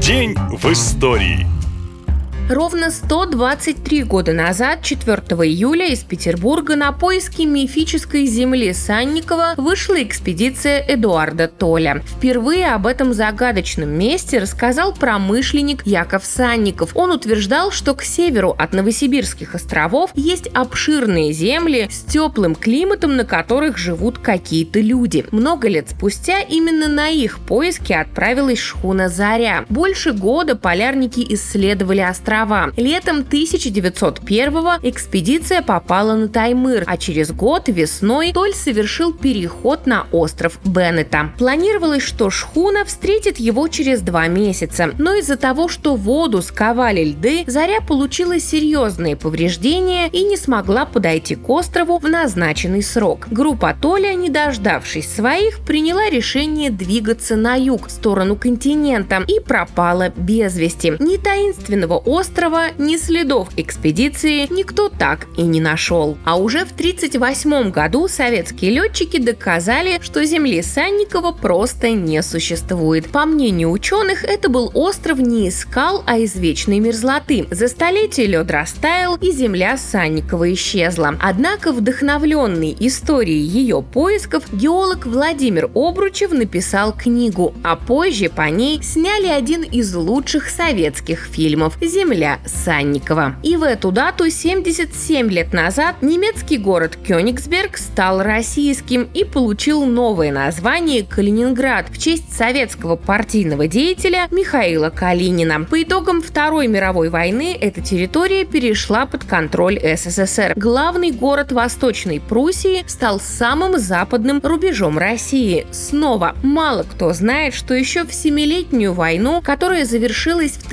День в истории. Ровно 123 года назад, 4 июля, из Петербурга на поиски мифической земли Санникова вышла экспедиция Эдуарда Толля. Впервые об этом загадочном месте рассказал промышленник Яков Санников. Он утверждал, что к северу от Новосибирских островов есть обширные земли с теплым климатом, на которых живут какие-то люди. Много лет спустя именно на их поиски отправилась шхуна «Заря». Больше года полярники исследовали острова. Летом 1901-го экспедиция попала на Таймыр, а через год, весной, Толь совершил переход на остров Беннета. Планировалось, что шхуна встретит его через 2 месяца, но из-за того, что воду сковали льды, «Заря» получила серьезные повреждения и не смогла подойти к острову в назначенный срок. Группа Толля, не дождавшись своих, приняла решение двигаться на юг, в сторону континента, и пропала без вести. Ни таинственного острова, ни следов экспедиции никто так и не нашел. А уже в 1938 году советские летчики доказали, что земли Санникова просто не существует. По мнению ученых, это был остров не из скал, а из вечной мерзлоты. За столетия лед растаял, и земля Санникова исчезла. Однако, вдохновленный историей ее поисков, геолог Владимир Обручев написал книгу, а позже по ней сняли один из лучших советских фильмов «Земля Санникова». И в эту дату, 77 лет назад, немецкий город Кёнигсберг стал российским и получил новое название Калининград в честь советского партийного деятеля Михаила Калинина. По итогам Второй мировой войны эта территория перешла под контроль СССР. Главный город Восточной Пруссии стал самым западным рубежом России. Снова мало кто знает, что еще в Семилетнюю войну, которая завершилась в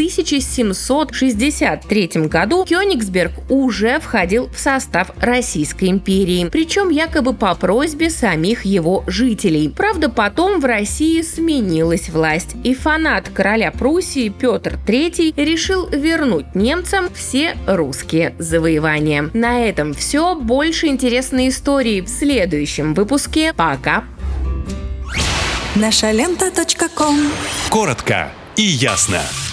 1763 году, Кёнигсберг уже входил в состав Российской империи, причем якобы по просьбе самих его жителей. Правда, потом в России сменилась власть, и фанат короля Пруссии Петр III решил вернуть немцам все русские завоевания. На этом все. Больше интересной истории в следующем выпуске. Пока! Нашалента.ком. Коротко и ясно.